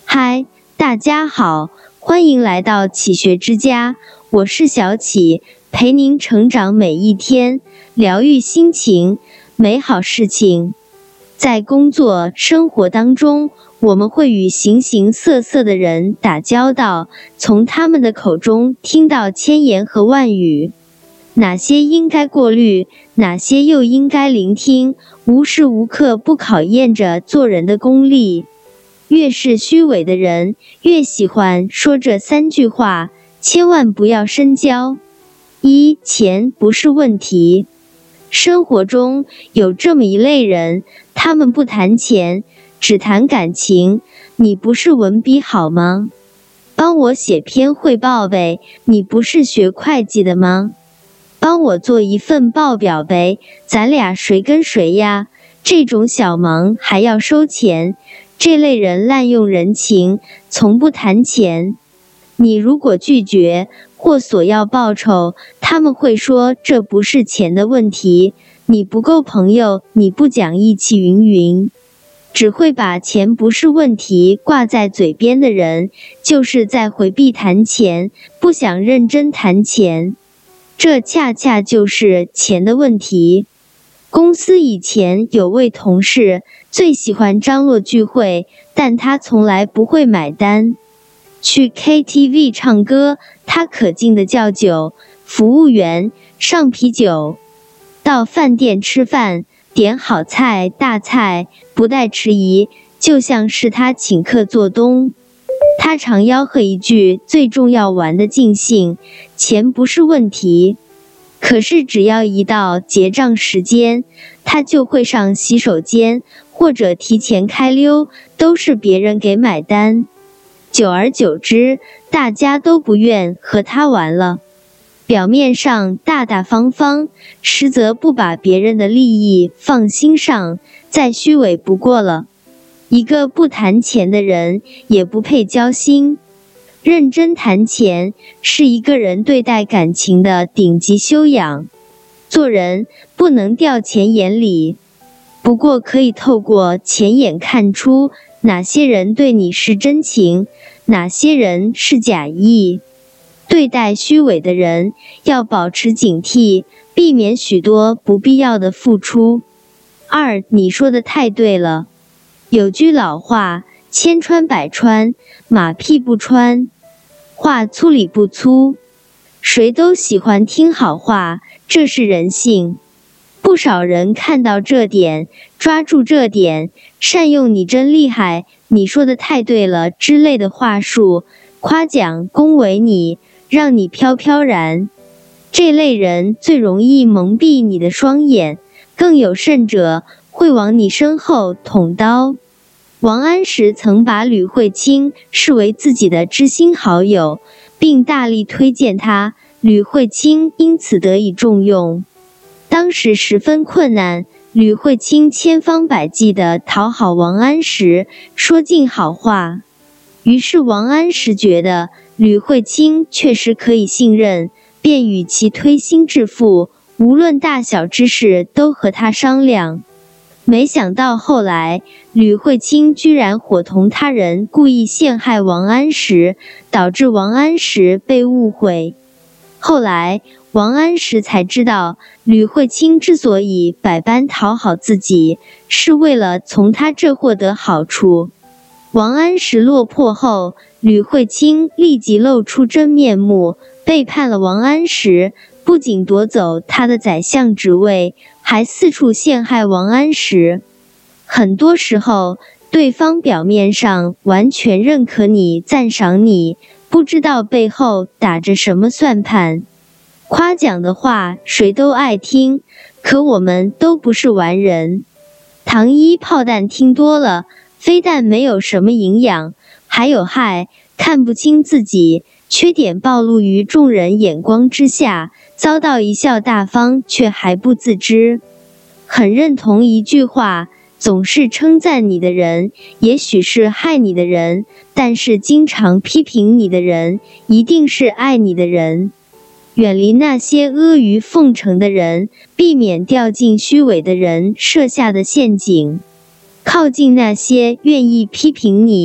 嗨，大家好，欢迎来到启学之家，我是小启，陪您成长每一天，疗愈心情，美好事情。在工作生活当中，我们会与形形色色的人打交道，从他们的口中听到千言和万语，哪些应该过滤，哪些又应该聆听，无时无刻不考验着做人的功力。越是虚伪的人，越喜欢说这3句话，千万不要深交。1. 钱不是问题。生活中有这么一类人，他们不谈钱，只谈感情。你不是文笔好吗？帮我写篇汇报呗。你不是学会计的吗？帮我做一份报表呗。咱俩谁跟谁呀？这种小忙还要收钱。这类人滥用人情，从不谈钱。你如果拒绝或索要报酬，他们会说这不是钱的问题，你不够朋友，你不讲义气云云。只会把钱不是问题挂在嘴边的人，就是在回避谈钱，不想认真谈钱。这恰恰就是钱的问题。公司以前有位同事最喜欢张罗聚会，但他从来不会买单。去 KTV 唱歌，他可劲的叫酒，服务员上啤酒。到饭店吃饭，点好菜大菜，不带迟疑，就像是他请客做东。他常吆喝一句最重要玩的尽兴，钱不是问题。可是只要一到结账时间，他就会上洗手间或者提前开溜，都是别人给买单。久而久之，大家都不愿和他玩了。表面上大大方方，实则不把别人的利益放心上，再虚伪不过了。一个不谈钱的人，也不配交心。认真谈钱是一个人对待感情的顶级修养。做人不能掉钱眼里，不过可以透过钱眼看出哪些人对你是真情，哪些人是假意。对待虚伪的人，要保持警惕，避免许多不必要的付出。2. 你说的太对了。有句老话，千穿百穿，马屁不穿。话粗理不粗，谁都喜欢听好话，这是人性。不少人看到这点，抓住这点，善用你真厉害，你说的太对了之类的话术，夸奖恭维你，让你飘飘然。这类人最容易蒙蔽你的双眼，更有甚者，会往你身后捅刀。王安石曾把吕惠卿视为自己的知心好友，并大力推荐他，吕惠卿因此得以重用。当时十分困难，吕惠卿千方百计地讨好王安石，说尽好话。于是王安石觉得吕惠卿确实可以信任，便与其推心置腹，无论大小之事都和他商量。没想到后来，吕惠卿居然伙同他人故意陷害王安石，导致王安石被误会。后来，王安石才知道，吕惠卿之所以百般讨好自己，是为了从他这获得好处。王安石落魄后，吕惠卿立即露出真面目，背叛了王安石，不仅夺走他的宰相职位，还四处陷害王安石。很多时候，对方表面上完全认可你、赞赏你，不知道背后打着什么算盘。夸奖的话谁都爱听，可我们都不是完人。糖衣炮弹听多了，非但没有什么营养，还有害，看不清自己，缺点暴露于众人眼光之下，遭到贻笑大方却还不自知。很认同一句话，总是称赞你的人，也许是害你的人，但是经常批评你的人，一定是爱你的人。远离那些阿谀奉承的人，避免掉进虚伪的人设下的陷阱。靠近那些愿意批评你、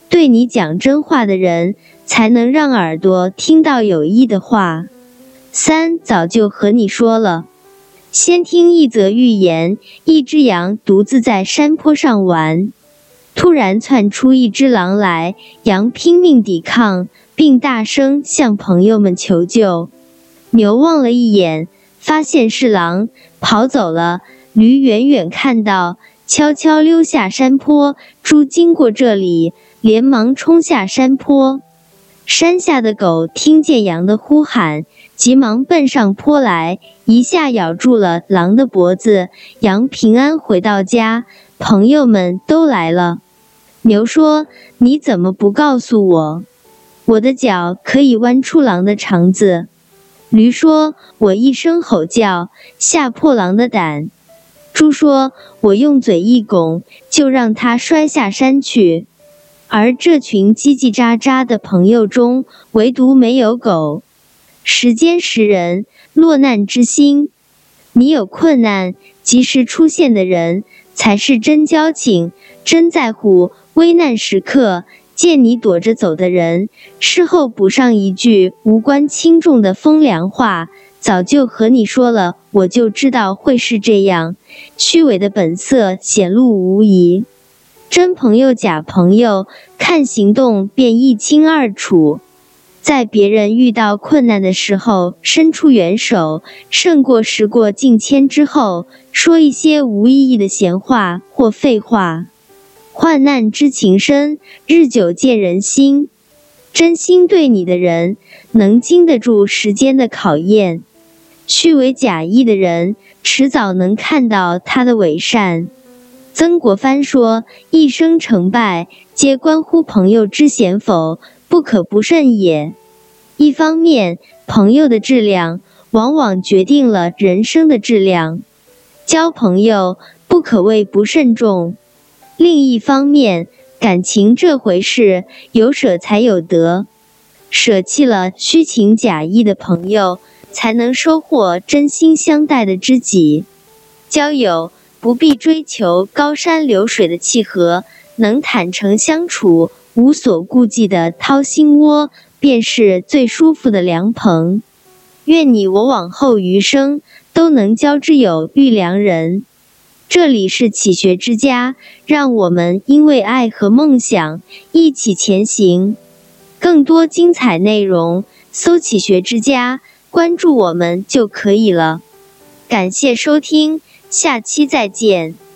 对你讲真话的人，才能让耳朵听到有益的话。3. 早就和你说了。先听一则寓言，一只羊独自在山坡上玩，突然窜出一只狼来，羊拼命抵抗，并大声向朋友们求救。牛望了一眼，发现是狼，跑走了。驴远远看到，悄悄溜下山坡。猪经过这里，连忙冲下山坡。山下的狗听见羊的呼喊，急忙奔上坡来，一下咬住了狼的脖子。羊平安回到家，朋友们都来了。牛说：“你怎么不告诉我？我的脚可以剜出狼的肠子。”驴说：“我一声吼叫，吓破狼的胆。”猪说：“我用嘴一拱，就让它摔下山去。”而这群叽叽喳喳的朋友中，唯独没有狗。时间识人，落难之心。你有困难，及时出现的人，才是真交情，真在乎。危难时刻，见你躲着走的人，事后补上一句无关轻重的风凉话，早就和你说了，我就知道会是这样。虚伪的本色显露无遗。真朋友假朋友，看行动便一清二楚。在别人遇到困难的时候伸出援手，胜过时过境迁之后说一些无意义的闲话或废话。患难知情深，日久见人心。真心对你的人，能经得住时间的考验。虚伪假意的人，迟早能看到他的伪善。曾国藩说：“一生成败，皆关乎朋友之贤否，不可不慎也。”一方面，朋友的质量往往决定了人生的质量。交朋友不可谓不慎重。另一方面，感情这回事，有舍才有得。舍弃了虚情假意的朋友，才能收获真心相待的知己。交友不必追求高山流水的契合，能坦诚相处，无所顾忌的掏心窝，便是最舒服的良朋。愿你我往后余生都能交之有遇良人。这里是启学之家，让我们因为爱和梦想一起前行。更多精彩内容，搜启学之家，关注我们就可以了。感谢收听，下期再见。